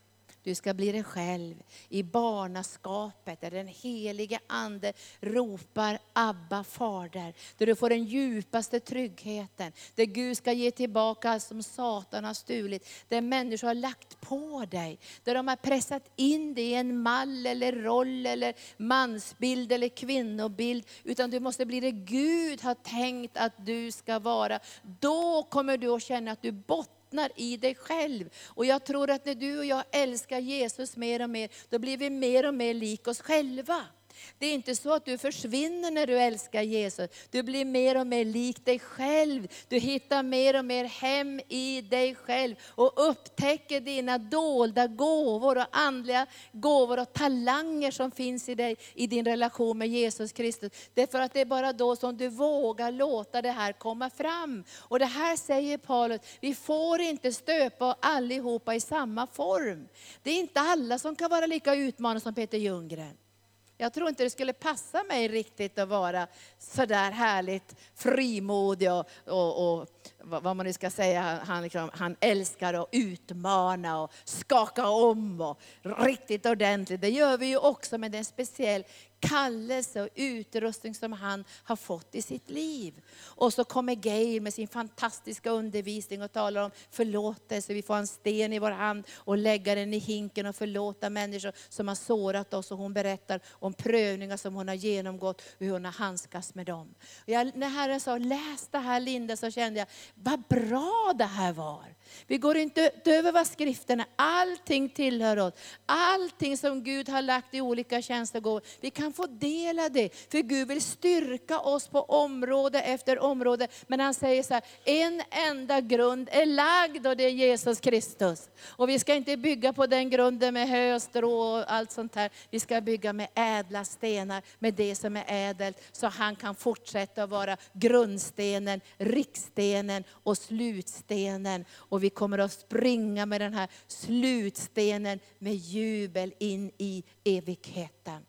Du ska bli dig själv i barnaskapet där den heliga ande ropar Abba fader. Där du får den djupaste tryggheten. Där Gud ska ge tillbaka allt som Satan har stulit. Där människor har lagt på dig. Där de har pressat in dig i en mall eller roll eller mansbild eller kvinnobild. Utan du måste bli det Gud har tänkt att du ska vara. Då kommer du att känna att du bottnar i dig själv. Och jag tror att när du och jag älskar Jesus mer och mer, då blir vi mer och mer lik oss själva. Det är inte så att du försvinner när du älskar Jesus. Du blir mer och mer lik dig själv. Du hittar mer och mer hem i dig själv. Och upptäcker dina dolda gåvor och andliga gåvor och talanger som finns i dig i din relation med Jesus Kristus. Det är för att det är bara då som du vågar låta det här komma fram. Och det här säger Paulus, vi får inte stöpa allihopa i samma form. Det är inte alla som kan vara lika utmanande som Peter Ljunggren. Jag tror inte det skulle passa mig riktigt att vara så där härligt frimodig och, och, och vad man nu ska säga. Han, liksom, han älskar att utmana och skaka om och riktigt ordentligt. Det gör vi ju också, med en speciell kallelse och utrustning som han har fått i sitt liv. Och så kommer Gail med sin fantastiska undervisning och talar om förlåtelse. Vi får en sten i vår hand och lägga den i hinken och förlåta människor som har sårat oss. Och hon berättar om prövningar som hon har genomgått och hur hon har handskats med dem. Och jag, när Herren sa, läs det här Linda, så kände jag, vad bra det här var. Vi går inte över vad skrifterna, allting tillhör oss. Allting som Gud har lagt i olika tjänster, vi kan få dela det. För Gud vill styrka oss på område efter område. Men han säger så här, en enda grund är lagd och det är Jesus Kristus. Och vi ska inte bygga på den grunden med hö och strå och allt sånt här. Vi ska bygga med ädla stenar, med det som är ädelt. Så han kan fortsätta att vara grundstenen, riktstenen och slutstenen. Och vi kommer att springa med den här slutstenen med jubel in i evigheten.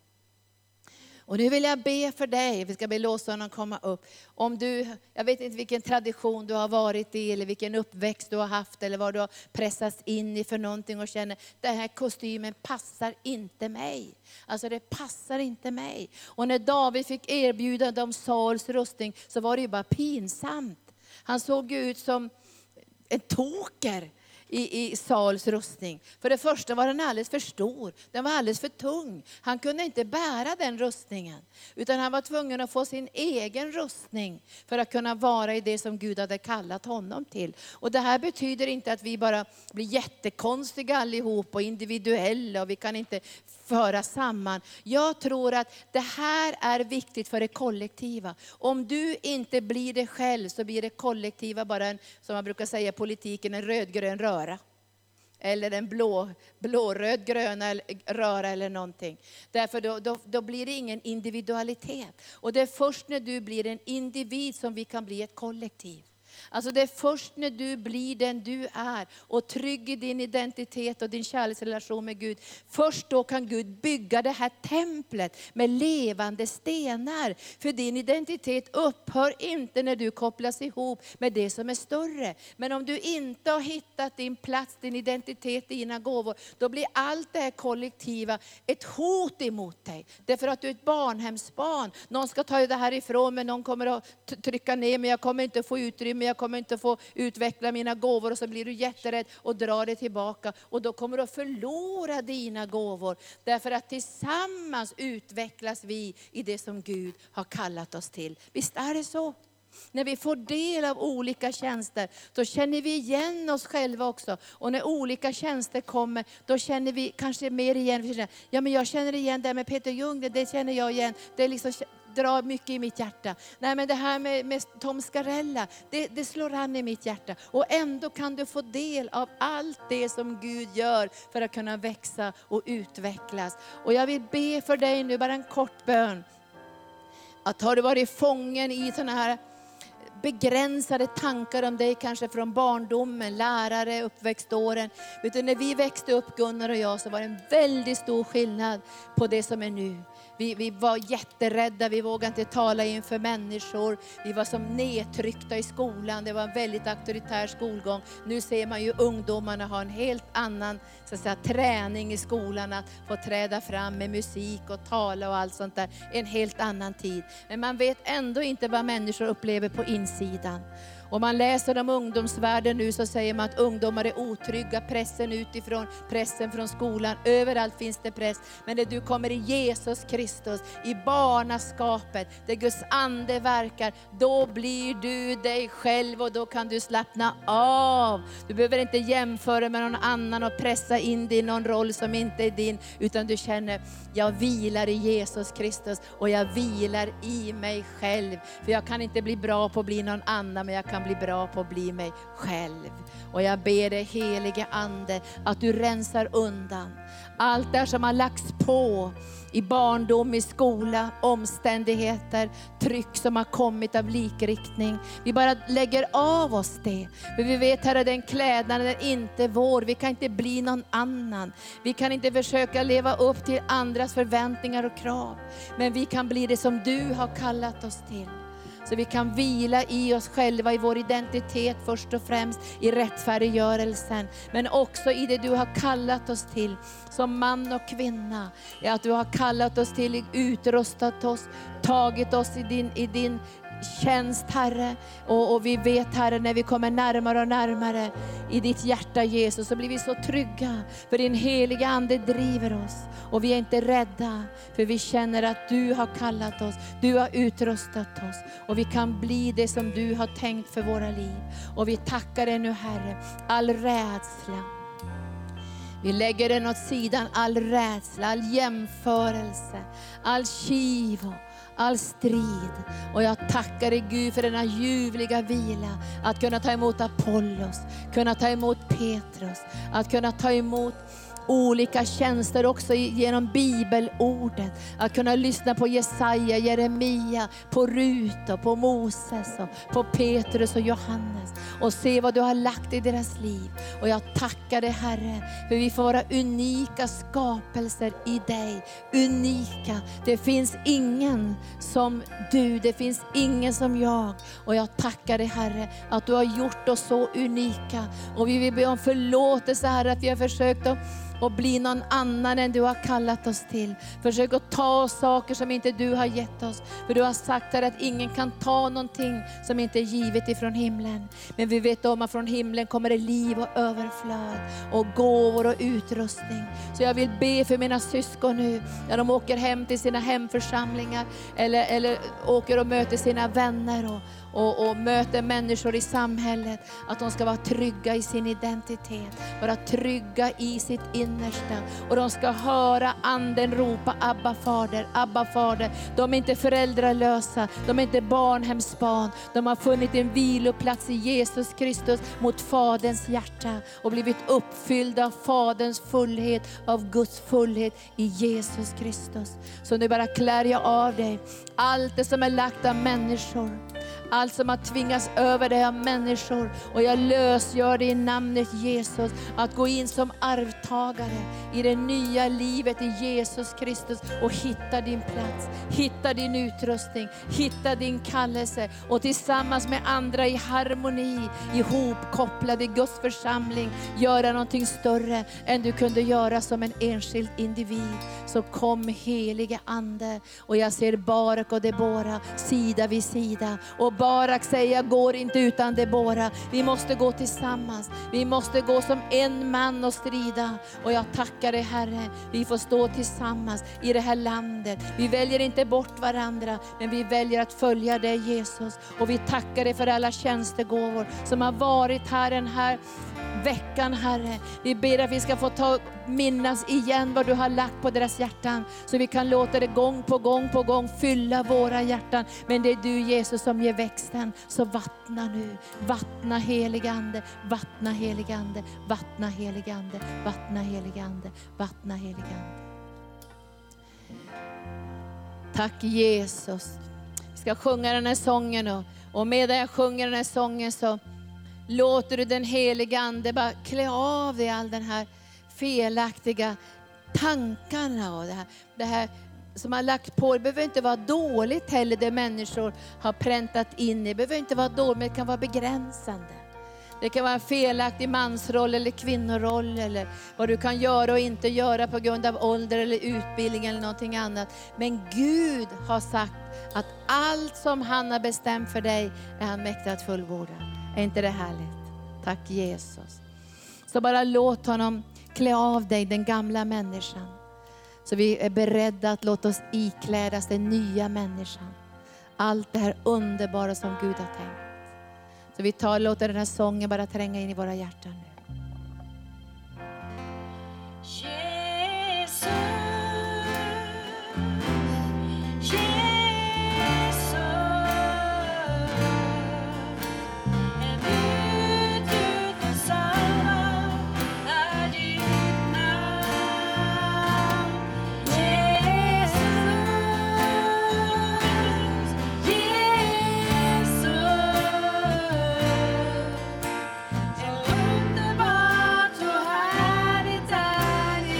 Och nu vill jag be för dig, vi ska be lovsången komma upp. Om du, jag vet inte vilken tradition du har varit i eller vilken uppväxt du har haft eller vad du har pressats in i för någonting och känner, den här kostymen passar inte mig. Alltså det passar inte mig. Och när David fick erbjuda dem Sauls rustning så var det ju bara pinsamt. Han såg ut som en toker i, i Sauls rustning. För det första var den alldeles för stor. Den var alldeles för tung. Han kunde inte bära den rustningen. Utan han var tvungen att få sin egen rustning. För att kunna vara i det som Gud hade kallat honom till. Och det här betyder inte att vi bara blir jättekonstiga allihop och individuella. Och vi kan inte föra samman. Jag tror att det här är viktigt för det kollektiva. Om du inte blir det själv så blir det kollektiva bara en, som man brukar säga i politiken, en rödgrön röra. Eller en blå, blå-röd gröna röra eller någonting. Därför då, då, då blir det ingen individualitet. Och det är först när du blir en individ som vi kan bli ett kollektiv. Alltså det är först när du blir den du är och trygg i din identitet och din kärleksrelation med Gud. Först då kan Gud bygga det här templet med levande stenar. För din identitet upphör inte när du kopplas ihop med det som är större. Men om du inte har hittat din plats, din identitet, dina gåvor, då blir allt det här kollektiva ett hot emot dig. Därför att du är ett barnhemsbarn. Någon ska ta det här ifrån mig, någon kommer att trycka ner mig, jag kommer inte få utrymme, jag kommer inte få utveckla mina gåvor, och så blir du jätterädd och drar det tillbaka. Och då kommer du att förlora dina gåvor. Därför att tillsammans utvecklas vi i det som Gud har kallat oss till. Visst är det så? När vi får del av olika tjänster, då känner vi igen oss själva också. Och när olika tjänster kommer, då känner vi kanske mer igen. Ja, men jag känner igen det med Peter Ljung, det, det känner jag igen. Det är liksom drar mycket i mitt hjärta. Nej, men det här med, med Tom Scarella, det, det slår an i mitt hjärta. Och ändå kan du få del av allt det som Gud gör för att kunna växa och utvecklas. Och jag vill be för dig nu, bara en kort bön. Att har du varit fången i såna här begränsade tankar om dig, kanske från barndomen, lärare, uppväxtåren. Vet du, när vi växte upp, Gunnar och jag, så var det en väldigt stor skillnad på det som är nu. Vi, vi var jätterädda, vi vågade inte tala inför människor. Vi var som nedtryckta i skolan, det var en väldigt auktoritär skolgång. Nu ser man ju ungdomarna ha en helt annan så att säga, träning i skolan, att få träda fram med musik och tala och allt sånt där. En helt annan tid. Men man vet ändå inte vad människor upplever på insidan. Om man läser om ungdomsvärlden nu så säger man att ungdomar är otrygga. Pressen utifrån, pressen från skolan. Överallt finns det press. Men när du kommer i Jesus Kristus, i barnaskapet, där Guds ande verkar, då blir du dig själv och då kan du slappna av. Du behöver inte jämföra med någon annan och pressa in dig i någon roll som inte är din. Utan du känner, jag vilar i Jesus Kristus och jag vilar i mig själv. För jag kan inte bli bra på att bli någon annan, men jag kan bli bra på att bli mig själv. Och jag ber dig, helige ande, att du rensar undan allt där som har lagts på i barndom, i skola, omständigheter, tryck som har kommit av likriktning. Vi bara lägger av oss det. För vi vet, Herre, den klädnaden är inte vår. Vi kan inte bli någon annan. Vi kan inte försöka leva upp till andras förväntningar och krav. Men vi kan bli det som du har kallat oss till. Så vi kan vila i oss själva, i vår identitet först och främst, i rättfärdiggörelsen. Men också i det du har kallat oss till som man och kvinna. Att du har kallat oss till, utrustat oss, tagit oss i din, i din tjänst, Herre. Och, och vi vet, Herre, när vi kommer närmare och närmare i ditt hjärta, Jesus, så blir vi så trygga. För din heliga ande driver oss. Och vi är inte rädda, för vi känner att du har kallat oss. Du har utrustat oss. Och vi kan bli det som du har tänkt för våra liv. Och vi tackar dig nu, Herre. All rädsla. Vi lägger den åt sidan, all rädsla, all jämförelse, all kiv och all strid. Och jag tackar dig, Gud, för denna ljuvliga vila. Att kunna ta emot Apollos, kunna ta emot Petrus, att kunna ta emot olika tjänster också genom bibelordet. Att kunna lyssna på Jesaja, Jeremia, på Rut och på Moses och på Petrus och Johannes. Och se vad du har lagt i deras liv. Och jag tackar dig, Herre, för vi får vara unika skapelser i dig. Unika. Det finns ingen som du. Det finns ingen som jag. Och jag tackar dig, Herre, att du har gjort oss så unika. Och vi vill be om förlåtelse, Herre, att vi har försökt att och bli någon annan än du har kallat oss till. Försök att ta oss saker som inte du har gett oss. För du har sagt här att ingen kan ta någonting som inte är givet ifrån himlen. Men vi vet om att från himlen kommer det liv och överflöd och gåvor och utrustning. Så jag vill be för mina syskon nu, när de åker hem till sina hemförsamlingar eller, eller åker och möter sina vänner och Och, och möter människor i samhället, att de ska vara trygga i sin identitet, vara trygga i sitt innersta, och de ska höra anden ropa Abba fader, Abba fader. De är inte föräldralösa, de är inte barnhemsbarn, de har funnit en viloplats i Jesus Kristus mot faderns hjärta och blivit uppfyllda av faderns fullhet, av Guds fullhet i Jesus Kristus. Så nu bara klär jag av dig allt det som är lagt av människor, allt som har tvingats över dig av människor. Och jag lösgör det i namnet Jesus. Att gå in som arvtagare i det nya livet i Jesus Kristus. Och hitta din plats. Hitta din utrustning. Hitta din kallelse. Och tillsammans med andra i harmoni, ihopkopplade i Guds församling, göra någonting större än du kunde göra som en enskild individ. Så kom helige ande. Och jag ser Barak och Debora sida vid sida. Och Barak säger, jag går inte utan Debora. Vi måste gå tillsammans. Vi måste gå som en man och strida. Och jag tackar dig, Herre. Vi får stå tillsammans i det här landet. Vi väljer inte bort varandra, men vi väljer att följa dig, Jesus. Och vi tackar dig för alla tjänstegåvor som har varit här den här veckan, Herre. Vi ber att vi ska få ta, minnas igen vad du har lagt på deras hjärtan, så vi kan låta det gång på gång på gång fylla våra hjärtan. Men det är du, Jesus, som ger växten. Så vattna nu, vattna heligande, vattna heligande, vattna heligande, vattna heligande, vattna heligande. Tack, Jesus. Vi ska sjunga den här sången, och, och medan jag sjunger den här sången så låter du den heliga ande bara klä av dig all den här felaktiga tankarna och det här, det här som har lagt på. Det behöver inte vara dåligt heller, det människor har präntat in i. Det behöver inte vara dåligt, men det kan vara begränsande. Det kan vara en felaktig mansroll eller kvinnoroll, eller vad du kan göra och inte göra på grund av ålder eller utbildning eller någonting annat. Men Gud har sagt att allt som han har bestämt för dig är han mäktig att fullborda. Är inte det härligt? Tack, Jesus. Så bara låt honom klä av dig den gamla människan. Så vi är beredda att låta oss iklädas den nya människan. Allt det här underbara som Gud har tänkt. Så vi tar, låter den här sången bara tränga in i våra hjärtan nu. Jesus, Jesus, en ut utan samma är ditt namn. Jesus, Jesus, underbart och härligt är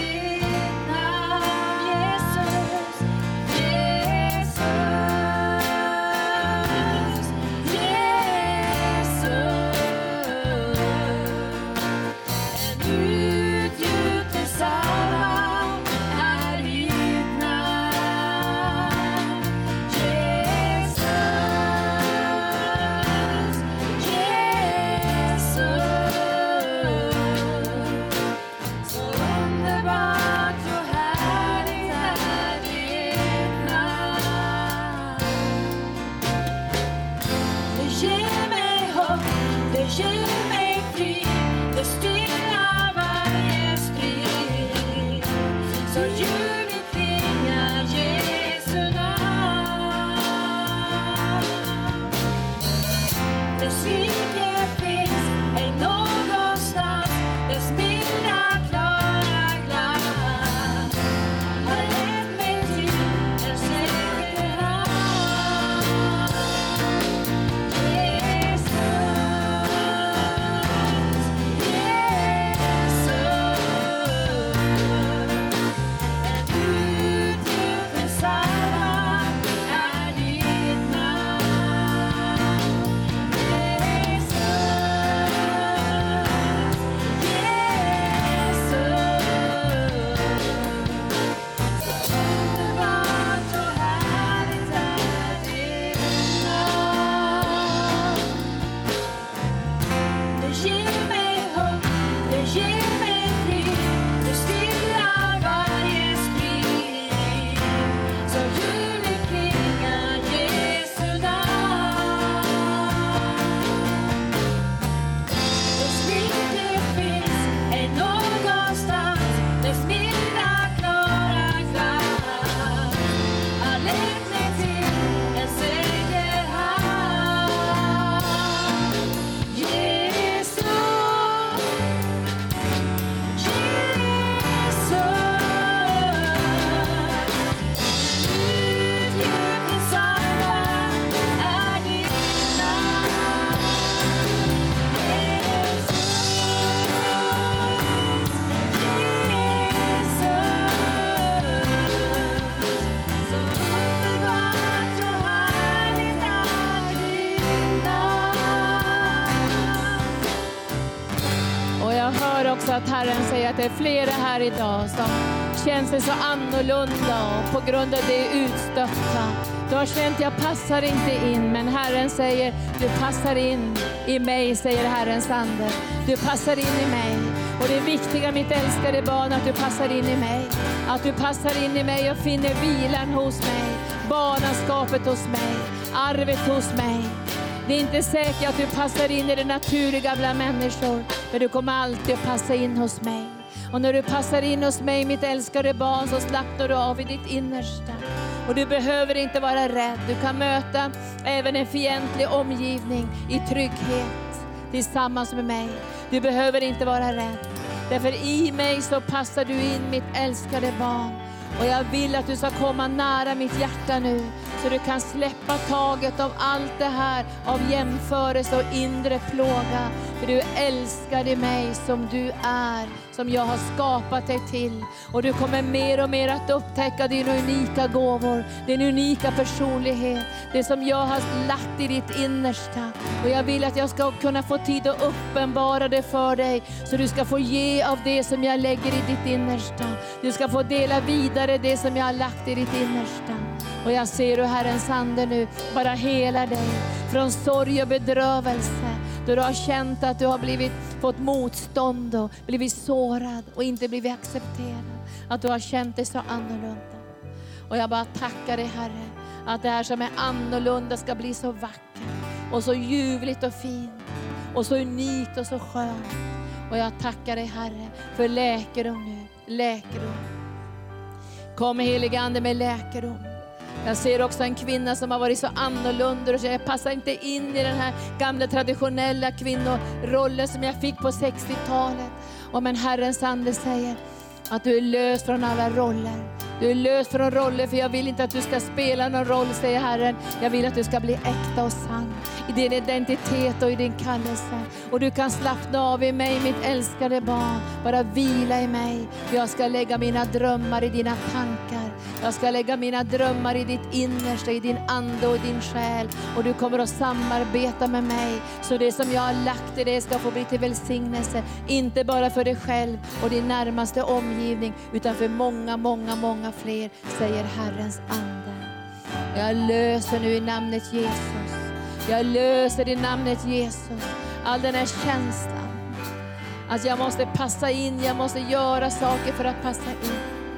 jag hör också att Herren säger att det är flera här idag som känns det så annorlunda och på grund av det utstötta. Du har känt jag passar inte in, men Herren säger du passar in i mig, säger Herrens ande. Du passar in i mig. Och det är viktiga, mitt älskade barn, att du passar in i mig. Att du passar in i mig och finner vilan hos mig. Barnaskapet hos mig. Arvet hos mig. Det är inte säkert att du passar in i det naturliga bland människor. Men du kommer alltid att passa in hos mig. Och när du passar in hos mig, mitt älskade barn, så slappnar du av i ditt innersta. Och du behöver inte vara rädd. Du kan möta även en fientlig omgivning i trygghet tillsammans med mig. Du behöver inte vara rädd. Därför i mig så passar du in, mitt älskade barn. Och jag vill att du ska komma nära mitt hjärta nu. Så du kan släppa taget av allt det här. Av jämförelse och inre plåga. För du älskar i mig som du är. Som jag har skapat dig till. Och du kommer mer och mer att upptäcka dina unika gåvor. Din unika personlighet. Det som jag har lagt i ditt innersta. Och jag vill att jag ska kunna få tid att uppenbara det för dig. Så du ska få ge av det som jag lägger i ditt innersta. Du ska få dela vidare det som jag har lagt i ditt innersta. Och jag ser hur Herrens ande nu bara hela dig. Från sorg och bedrövelse. Då du har känt att du har blivit, fått motstånd och blivit sårad och inte blivit accepterad. Att du har känt dig så annorlunda. Och jag bara tackar dig, Herre, att det här som är annorlunda ska bli så vackert. Och så ljuvligt och fint. Och så unikt och så skönt. Och jag tackar dig, Herre, för läkedom nu. Läkedom. Kom heliga ande med läkedom. Jag ser också en kvinna som har varit så annorlunda och jag passar inte in i den här gamla traditionella kvinnorollen som jag fick på sextiotalet. Och men Herrens ande säger att du är lös från alla roller. Du är lös från roller, för jag vill inte att du ska spela någon roll, säger Herren. Jag vill att du ska bli äkta och sann i din identitet och i din kallelse. Och du kan slappna av i mig, mitt älskade barn. Bara vila i mig. Jag ska lägga mina drömmar i dina tankar. Jag ska lägga mina drömmar i ditt innersta, i din ande och din själ. Och du kommer att samarbeta med mig. Så det som jag har lagt i det ska få bli till välsignelse. Inte bara för dig själv och din närmaste omgivning, utan för många, många, många fler, säger Herrens ande. Jag löser nu i namnet Jesus. Jag löser i namnet Jesus all den här känslan att jag måste passa in, jag måste göra saker för att passa in.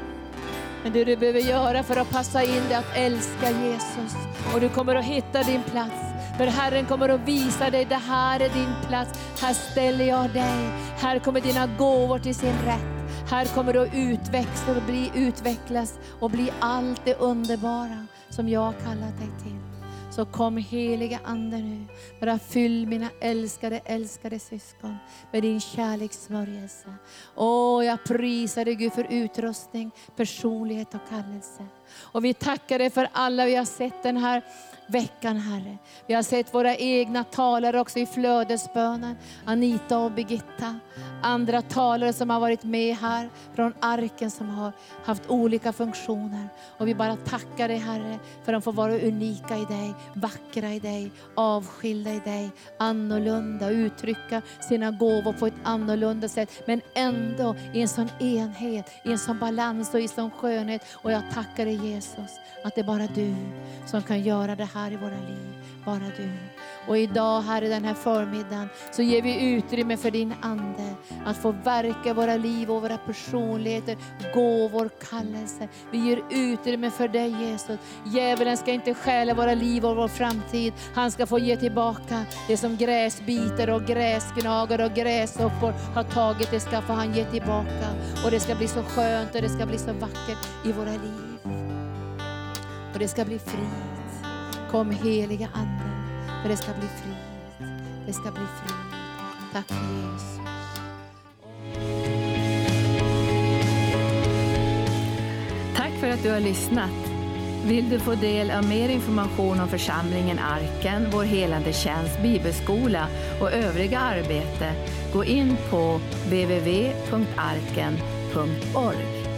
Men det du behöver göra för att passa in är att älska Jesus. Och du kommer att hitta din plats. För Herren kommer att visa dig, det här är din plats. Här ställer jag dig. Här kommer dina gåvor till sin rätt. Här kommer du att utväxlas och bli utvecklas och bli allt det underbara som jag har kallat dig till. Så kom heliga ande nu. Bara fyll mina älskade, älskade syskon med din kärlekssmörjelse. Åh, jag prisar dig, Gud, för utrustning, personlighet och kallelse. Och vi tackar dig för alla vi har sett den här veckan, Herre. Vi har sett våra egna talare också i flödesbönen. Anita och Birgitta. Andra talare som har varit med här från arken som har haft olika funktioner. Och vi bara tackar dig, Herre, för att de får vara unika i dig, vackra i dig, avskilda i dig, annorlunda, uttrycka sina gåvor på ett annorlunda sätt. Men ändå i en sån enhet, i en sån balans och i en sån skönhet. Och jag tackar dig, Jesus, att det är bara du som kan göra det här i våra liv. Bara du. Och idag, Herre, den här förmiddagen så ger vi utrymme för din ande att få verka våra liv och våra personligheter, gåvor, kallelse. Vi ger utrymme för dig, Jesus. Djävulen ska inte stjäla våra liv och vår framtid. Han ska få ge tillbaka det som gräsbiter och gräsgnagare och gräshoppor har tagit. Det ska få han ge tillbaka. Och det ska bli så skönt och det ska bli så vackert i våra liv. Och det ska bli frid. Kom heliga ande. För det ska bli frid. Det ska bli frid. Tack Jesus. Tack för att du har lyssnat. Vill du få del av mer information om församlingen Arken, vår helande tjänst, bibelskola och övriga arbete, gå in på w w w punkt arken punkt org.